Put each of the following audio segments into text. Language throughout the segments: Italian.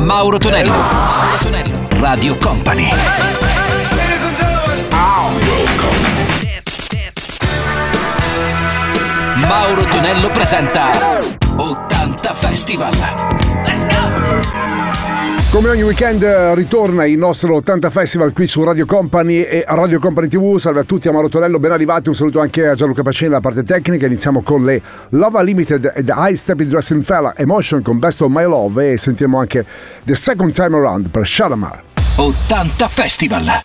Mauro Tonello. Mauro Tonello. Radio Company. Mauro Tonello presenta 80 Festival. Let's go! Come ogni weekend ritorna il nostro 80 Festival qui su Radio Company e Radio Company TV. Salve a tutti, a Mauro Tonello, ben arrivati. Un saluto anche a Gianluca Pacini dalla parte tecnica. Iniziamo con le Love Unlimited ed I Step in Dressing Fella Emotion con Best of My Love e sentiamo anche The Second Time Around per Shalamar. 80 Festival.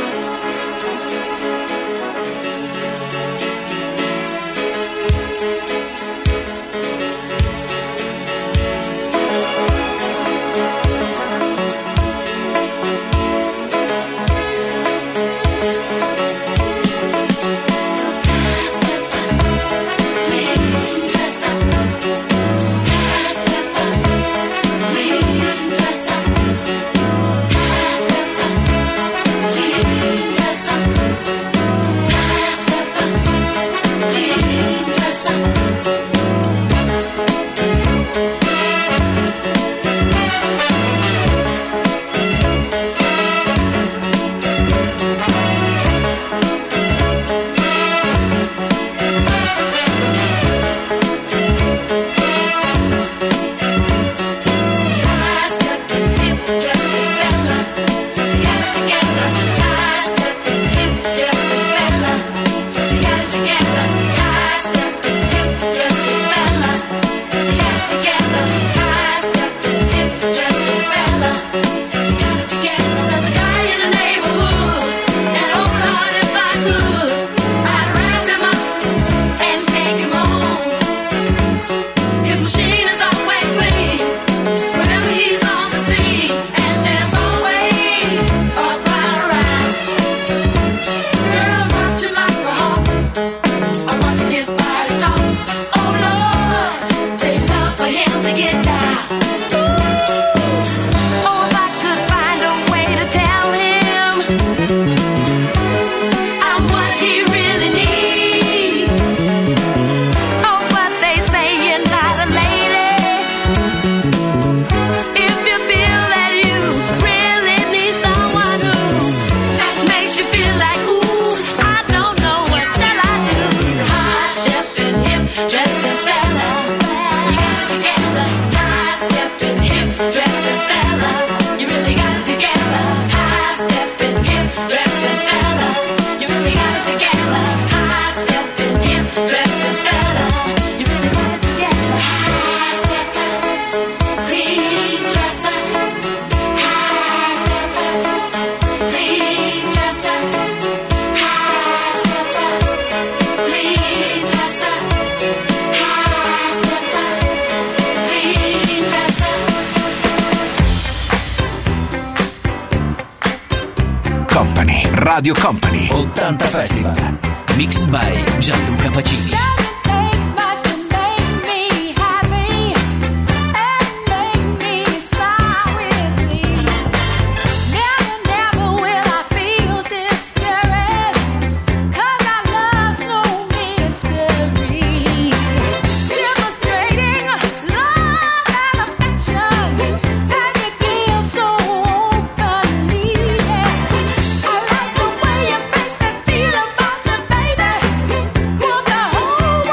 Radio Company 80 Festival. Mixed by Gianluca Pacini. Oh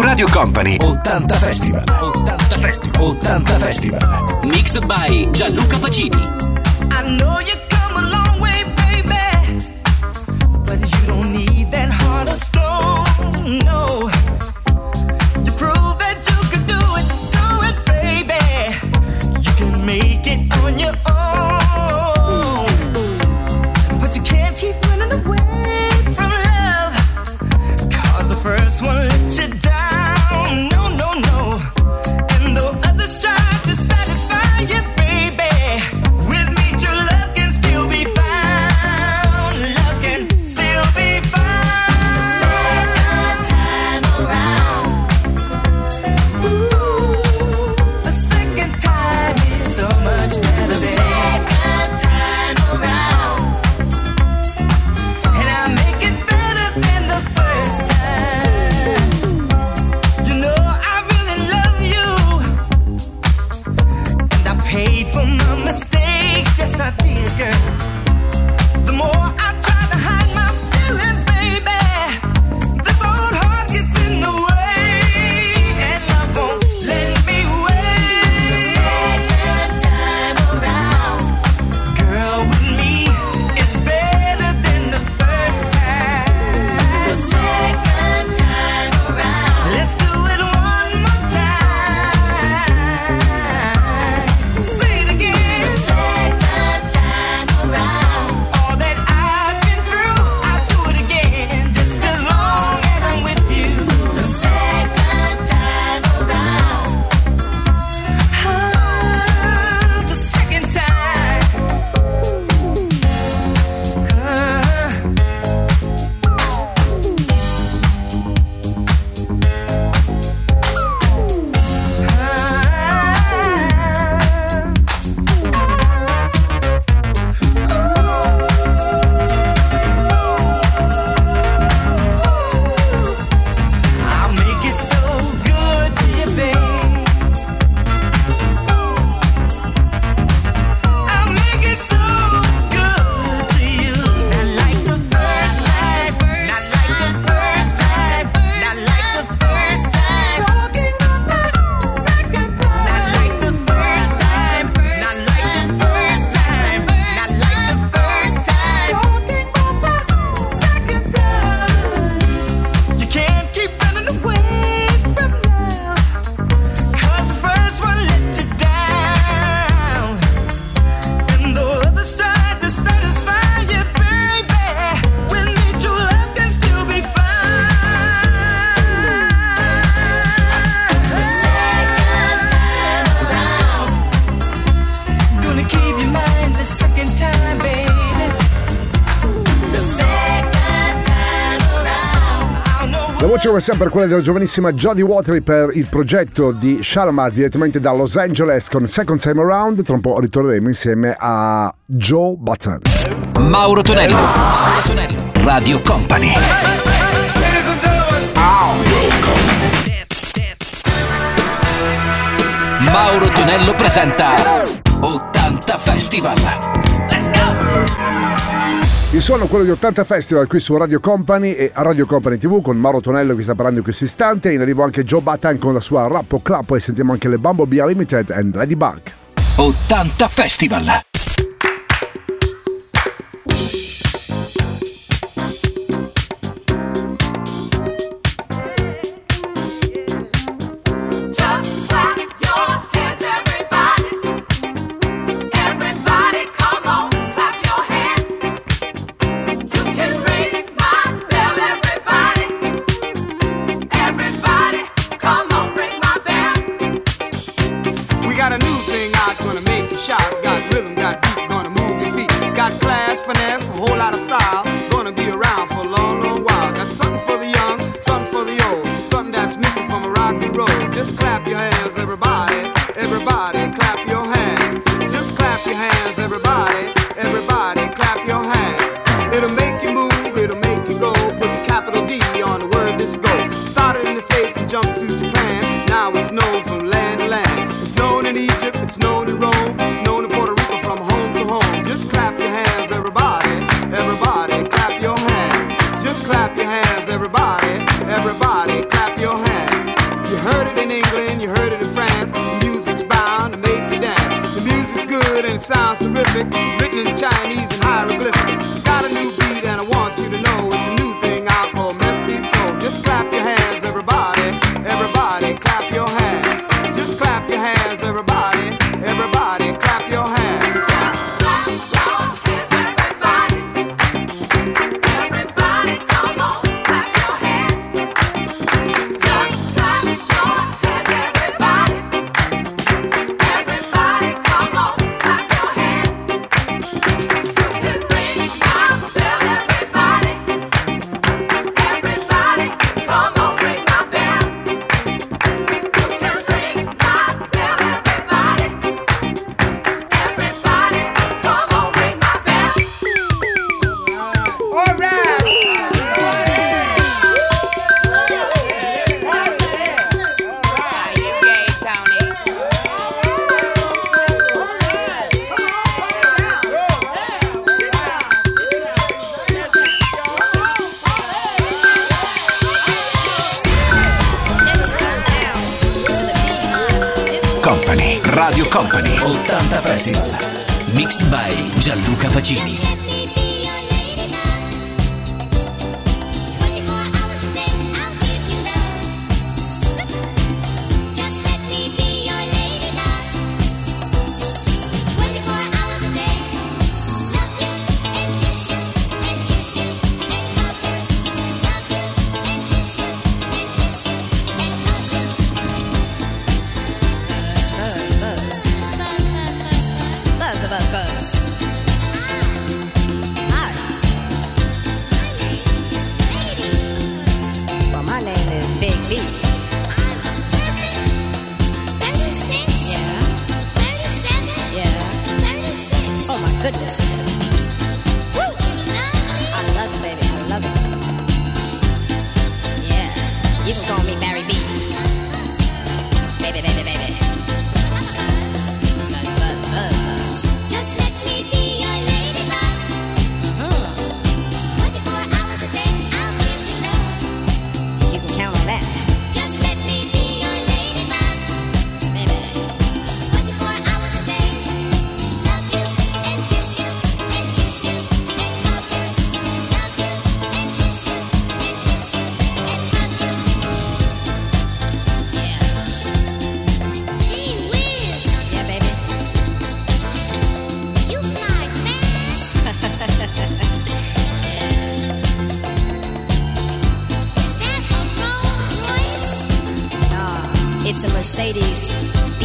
Su Radio Company 80 Festival. 80 Festival. 80 Festival. Mixed by Gianluca Pacini. I know you come a long way, baby, but you don't need that heart of stone, no. You prove that you can do it, baby. You can make it on your own, but you can't keep running away from love, 'cause the first one let you down, no, no, no. And the others try to satisfy you, baby. With me, true love can still be found. Love can still be found. The second time around. Ooh, the second time is so much better than the second time around. And I make it better than the first time. You know I really love you, and I paid for my mistakes, yes I did, girl. The more I try to hide my feelings, baby, this old heart gets in the way, and love won't let me wait. The second time around, girl, with me is better than the first time. The second time around, let's do it one more time. Say it again. The second time around, all that I've been through, I'll do it again, just as long as I'm with you. The second time around, the second time. I'll make it so good to you, babe. I'll make it so good to you. Not like the first time, not like the first time, not like the first time. Talking about the second time. Not like the first time, not like the first time, not like the first time. Talking about the second time. You can't keep running away from love, 'cause the first one let you down, and the others try to satisfy you, baby. With me, true love can still be found. The second time around, gonna keep your mind the second time, baby. The second time around, I'll know La voce come sempre è quella della giovanissima Jodie Watery per il progetto di Shalamar direttamente da Los Angeles con Second Time Around. Tra un po' ritorneremo insieme a Joe Button. Mauro Tonello. Mauro Tonello. Radio Company. Mauro Tonello presenta 80 Festival. Let's go! Il suono è quello di 80 Festival qui su Radio Company e a Radio Company TV con Mauro Tonello che sta parlando in questo istante. In arrivo anche Joe Button con la sua Rappo Clap e sentiamo anche le Bumblebee Unlimited and Ladybug. 80 Festival. Just clap your hands, everybody. Everybody, come on, clap your hands. You can ring my bell, everybody. Everybody, come on, ring my bell. We got a new thing out, gonna make you shout. Got rhythm, got beat, gonna move your feet. Got class, finesse, a whole lot of style. Gonna be around for a long, long while. Got something for the young, something for the old. Something that's missing from a rock and roll. Just clap your hands, everybody. Everybody, clap your hands. Just clap your hands, everybody. Everybody, clap your hands. It'll make you move, it'll make you go. Puts capital D on the word disco. Started in the States and jumped to Japan. Now it's known from land to land. It's known in Egypt, it's known in Rome, known in Puerto Rico from home to home. Just clap your hands, everybody. Everybody, clap your hands. Just clap your hands, everybody. Everybody, clap your hands. You heard it in England, you heard it in France. The music's bound to make you dance. The music's good and it sounds terrific. Written in Chinese and hieroglyphics. It's got a new beat and I want you to know it's a new thing I call mestizo. Just clap your hands, everybody. Everybody, clap your hands. Just clap your hands, everybody. Everybody, clap your hands. Radio Company 80 Festival. Mixed by Gianluca Pacini. It's a Mercedes B.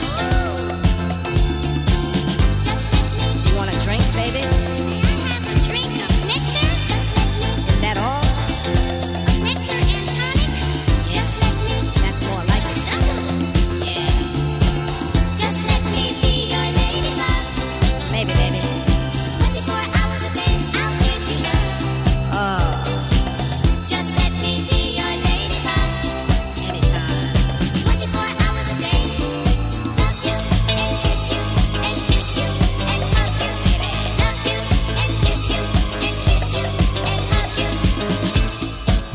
Do you want a drink, baby? May I have a drink of nectar? Just let me. Is that all? A nectar and tonic? Just let me. That's more like it. Double. Yeah. Just let me be your ladybug. Maybe, baby. 24 hours a day, I'll give you love. Oh, Just let me be your ladybug. anytime. 24 hours a day. Love you and kiss you and kiss you and hug you. Baby. Love you and kiss you and kiss you and hug you.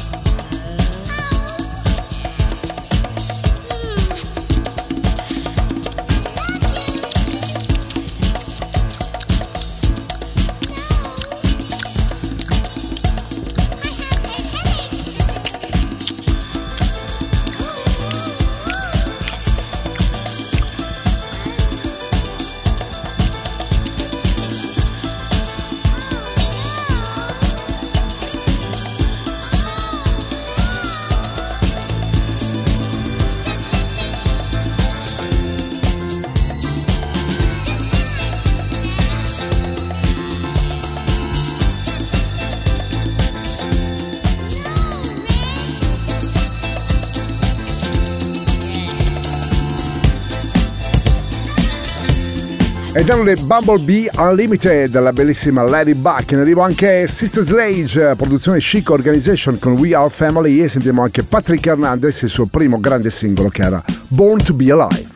Ed erano le Bumblebee Unlimited, la bellissima Lady Buck. In arrivo anche Sister Sledge, produzione Chic Organization con We Are Family, e sentiamo anche Patrick Hernandez, il suo primo grande singolo che era Born to Be Alive.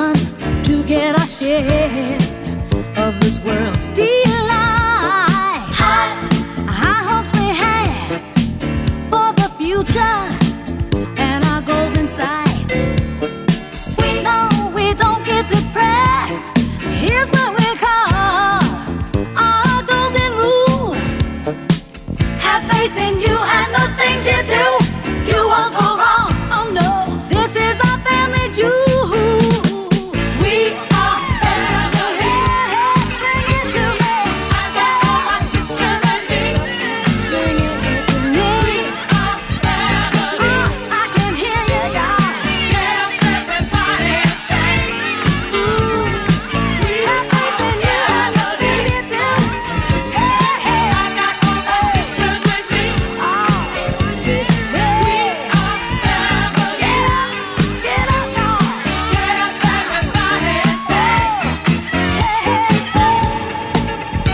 done to get our share of this world's delight. High hopes we had for the future and our goals in sight. We know we don't get depressed. Here's what we call our golden rule. Have faith in you and the things you do. You won't go wrong. Oh no, this is our family jewel. We are family. Sing it to me. I got all my sisters with me. Sing it to me. We are family. I can hear you, guys. Yes, everybody sing. We have faith in you and the things you do. Hey, hey, I got all my sisters with me. We are family. Get up, y'all. Get up, everybody sing. Hey, hey, hey.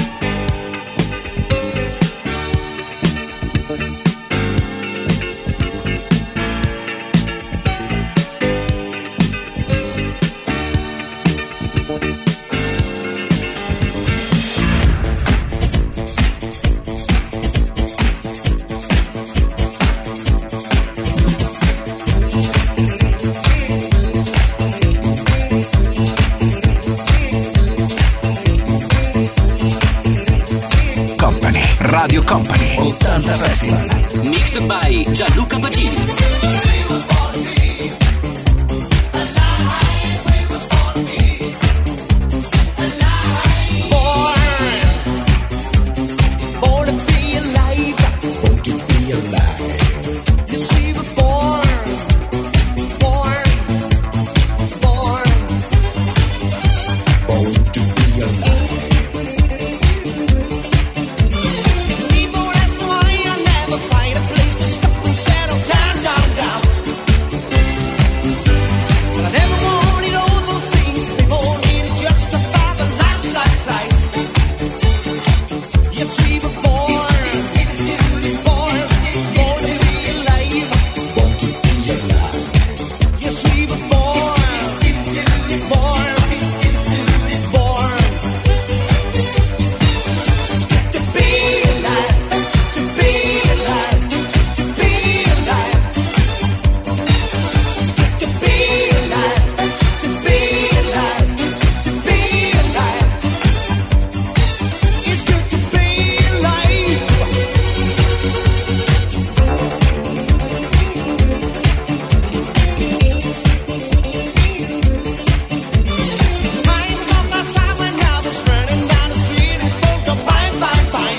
Company, Radio Company, 80 Festival. Mixed by Gianluca Pacini. Born to be alive. Born to be alive. You see, we're born. Born to be alive. People ask me why I never find a place to stop and settle down, down, down. But I never wanted all those things people needed just to find a life, life, life. Yes, we were born to be alive. Born to be alive. Yes, we were born. It's good to be alive, to be alive, to be alive. It's good to be alive, to be alive, to be alive. It's good to be alive. I was on my side when I was running down the street and folks go bang, bang, bang.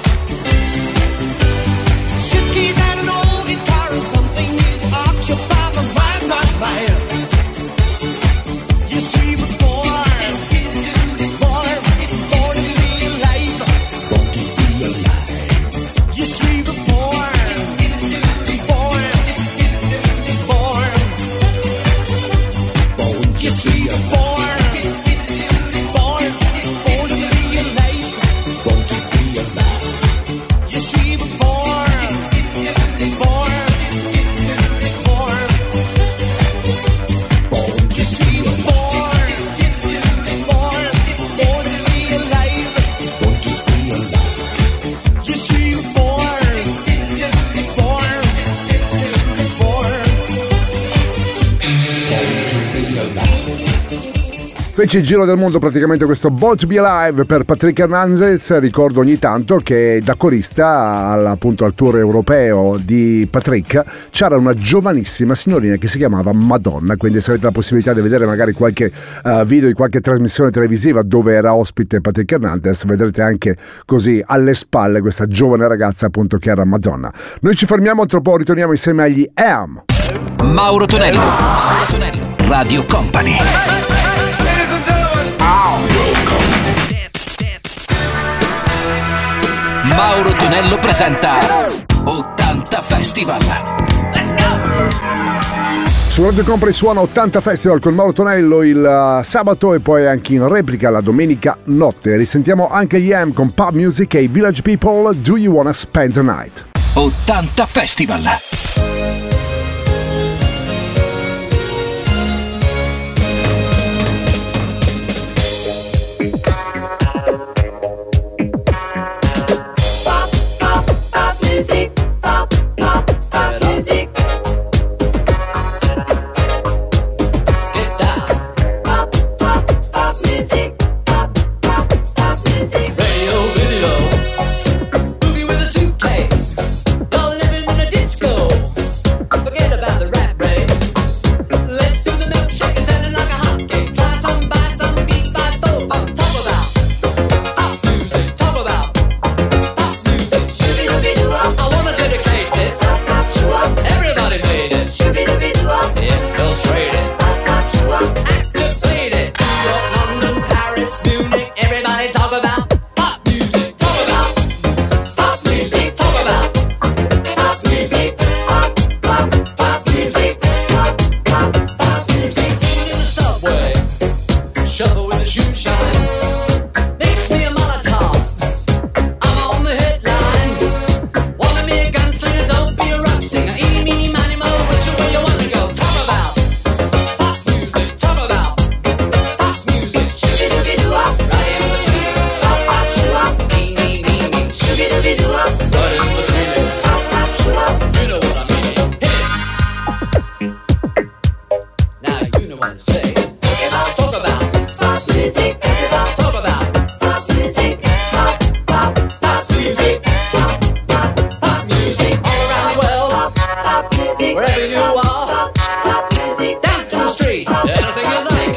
Shook keys and an old guitar and something new to occupy my mind, my mind. Yes, we were born to be alive. Born to be alive. Yes, we were born. Yes, we were born. Born to be alive. Born to be alive. Yes, we were born. Yes, we were born. Born to be alive. Born to be alive. Yes, we were born. Born to be alive. Fece il giro del mondo praticamente questo Born to be Alive per Patrick Hernandez. Ricordo ogni tanto che da corista appunto al tour europeo di Patrick c'era una giovanissima signorina che si chiamava Madonna, quindi se avete la possibilità di vedere magari qualche video di qualche trasmissione televisiva dove era ospite Patrick Hernandez, vedrete anche così alle spalle questa giovane ragazza appunto che era Madonna. Noi ci fermiamo, tra poco ritorniamo insieme agli Am. Mauro Tonello, Radio Company. Mauro Tonello presenta 80 Festival. Let's go! Su Radio Company suona 80 Festival con Mauro Tonello il sabato e poi anche in replica la domenica notte. Risentiamo anche gli Am con Pub Music e Village People, Do You Wanna Spend the Night? 80 Festival.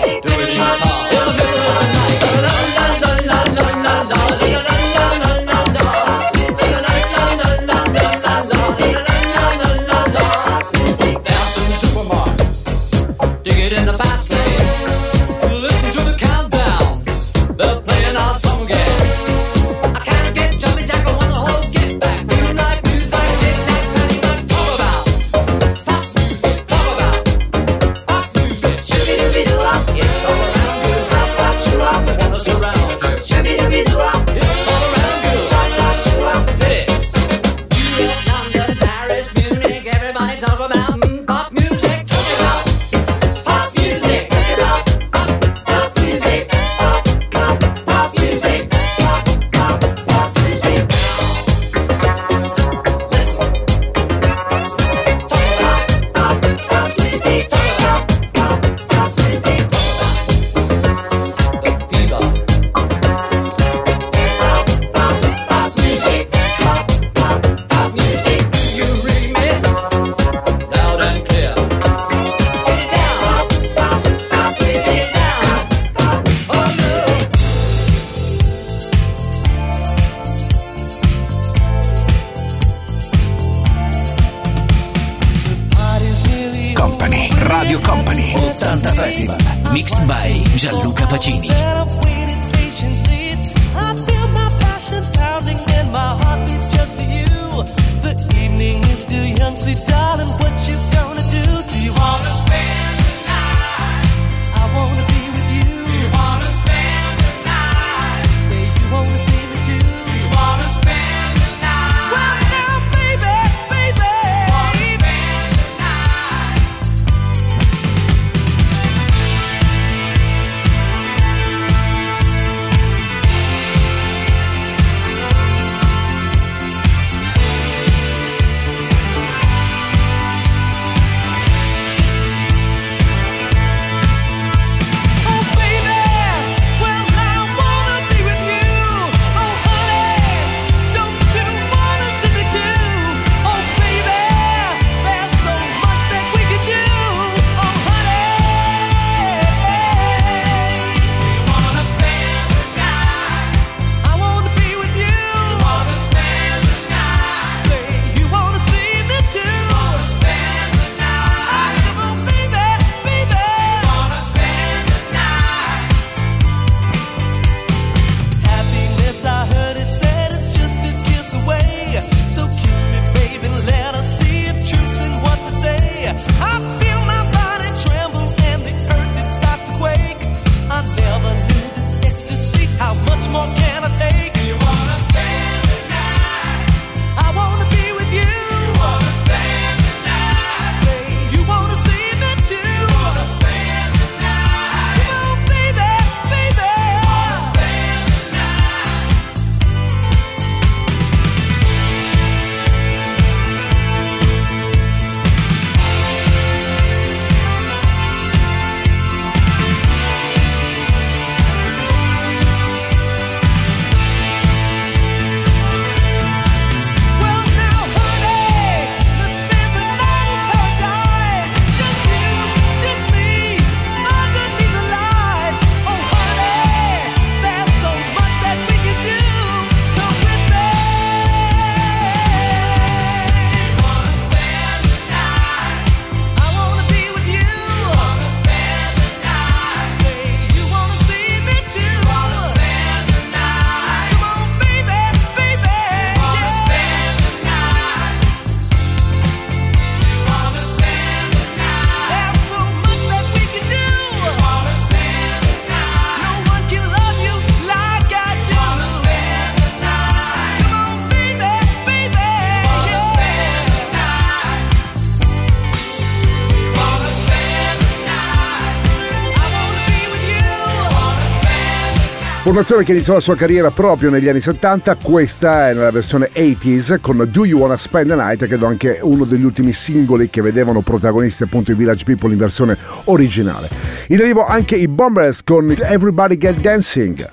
Radio Company 80 Festival Mixed by Gianluca Pacini. Formazione che iniziò la sua carriera proprio negli anni 70, questa è nella versione 80s con Do You Wanna Spend the Night, credo anche uno degli ultimi singoli che vedevano protagonisti appunto i Village People in versione originale. In arrivo anche i Bombers con Everybody Get Dancing.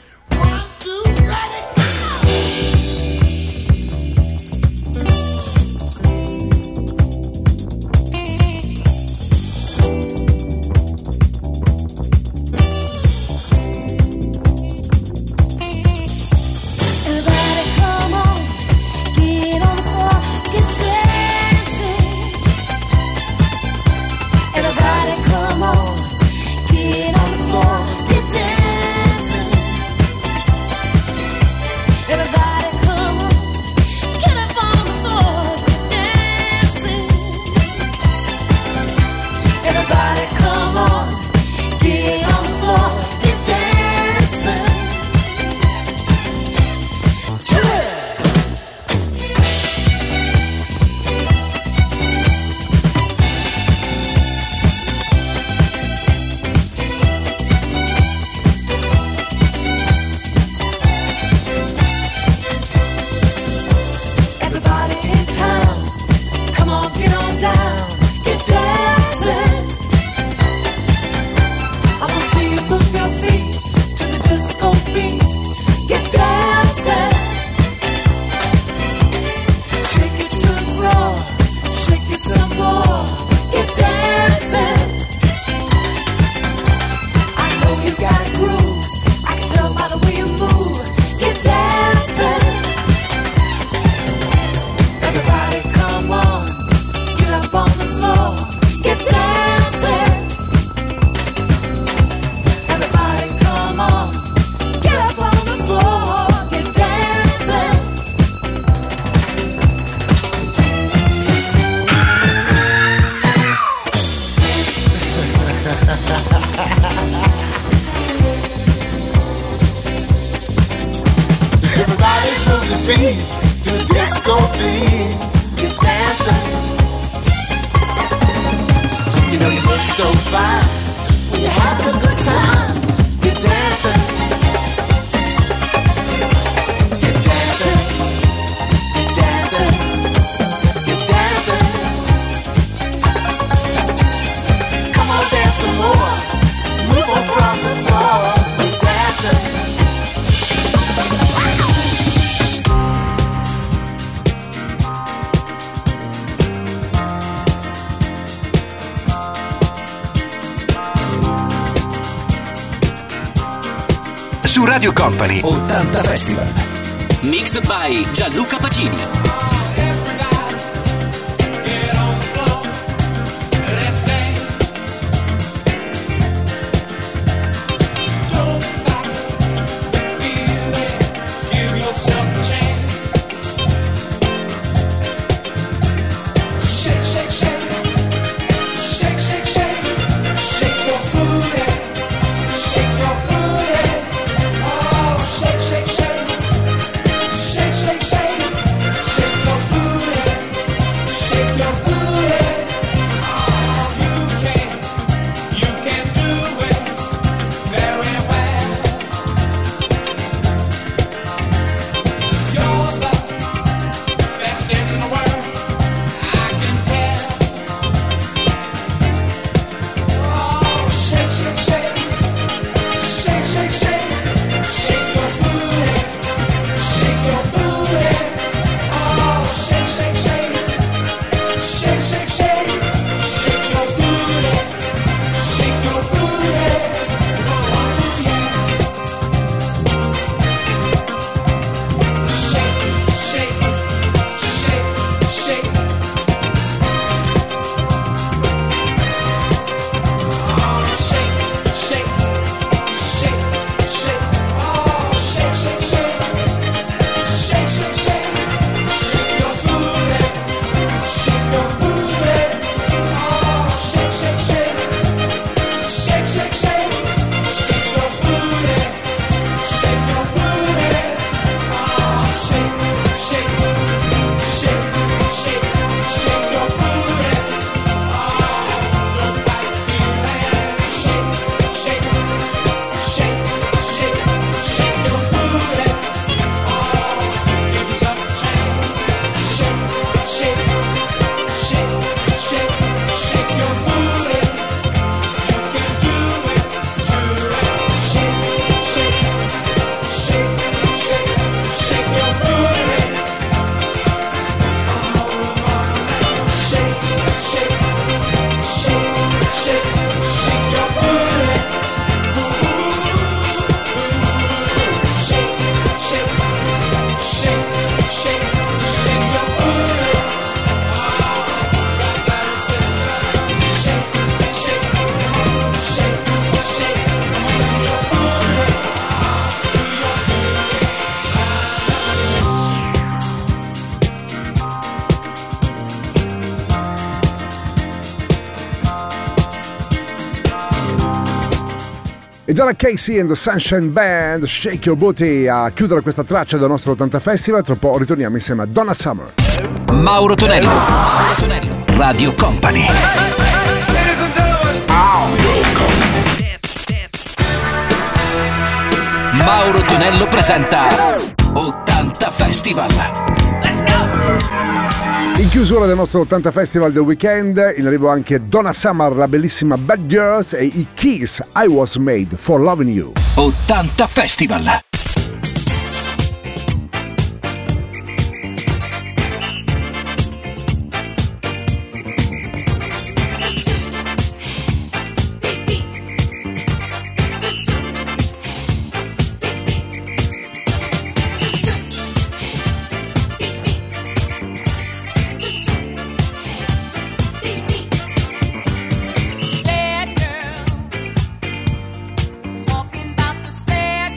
su Radio Company 80 Festival. Mixed by Gianluca Pacini. Ed ora Casey and the Sunshine Band, Shake Your Booty, a chiudere questa traccia del nostro 80 Festival. Tra poco ritorniamo insieme a Donna Summer. Mauro Tonello, Radio Company. Mauro Tonello presenta 80 Festival. Let's go! In chiusura del nostro 80 Festival del weekend, in arrivo anche Donna Summer, la bellissima Bad Girls e i Kiss, I Was Made for Loving You. 80 Festival. Sad girls talking about the sad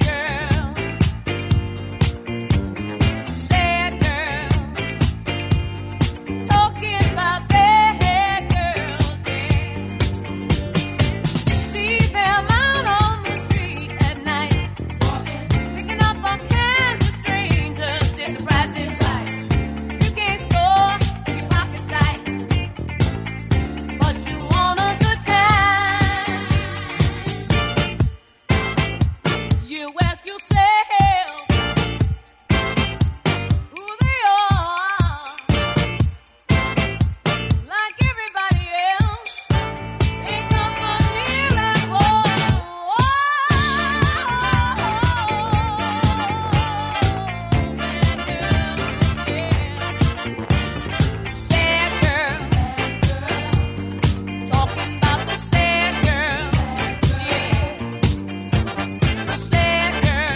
sad girl.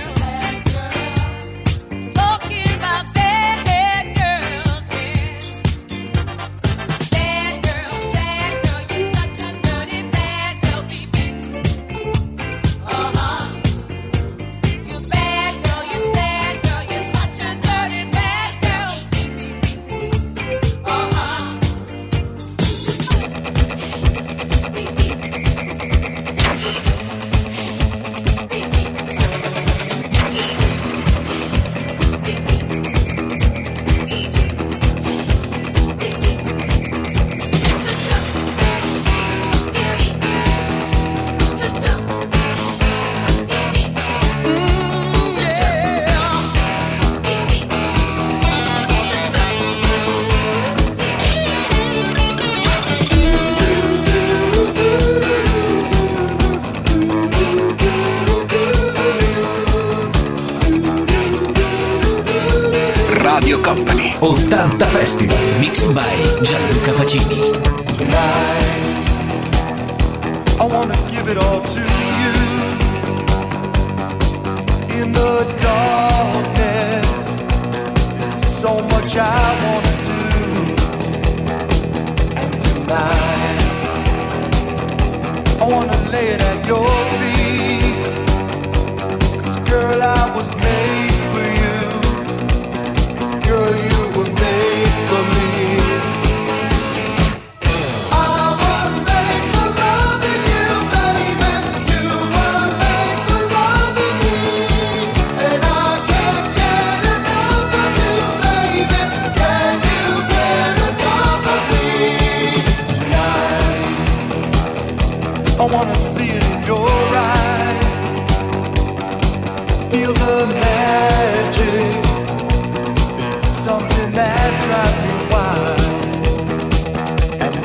Radio Company. 80 Festival. Mixed by Gianluca Pacini. Tonight, I wanna give it all to you. In the darkness, there's so much I wanna do. And tonight, I wanna lay it at your feet. 'Cause girl, I was made for you. And girl, you were made for me. I wanna see it in your eyes. Feel the magic. There's something that drives me wild. And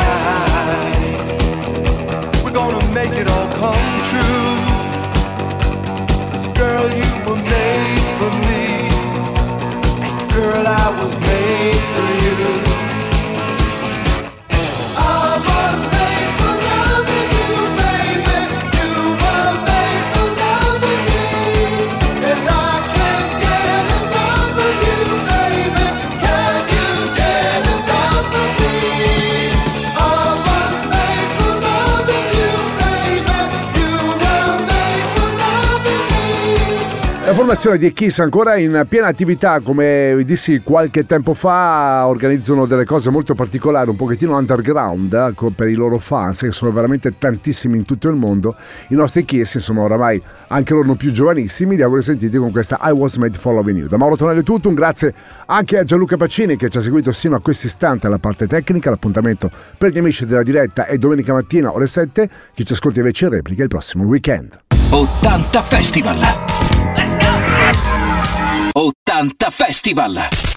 tonight, we're gonna make it all come true. 'Cause girl, you were made for me. And girl, I was made for you. La formazione di Kiss ancora in piena attività, come vi dissi qualche tempo fa, organizzano delle cose molto particolari, un pochettino underground per i loro fans, che sono veramente tantissimi in tutto il mondo. I nostri Kiss, insomma, oramai anche loro non più giovanissimi, li avrei sentiti con questa I Was Made for Loving You. Da Mauro Tonello è tutto, un grazie anche a Gianluca Pacini che ci ha seguito sino a questo istante alla parte tecnica. L'appuntamento per gli amici della diretta è domenica mattina ore 7, chi ci ascolta invece in replica il prossimo weekend. 80 Festival. Let's go! 80 Festival.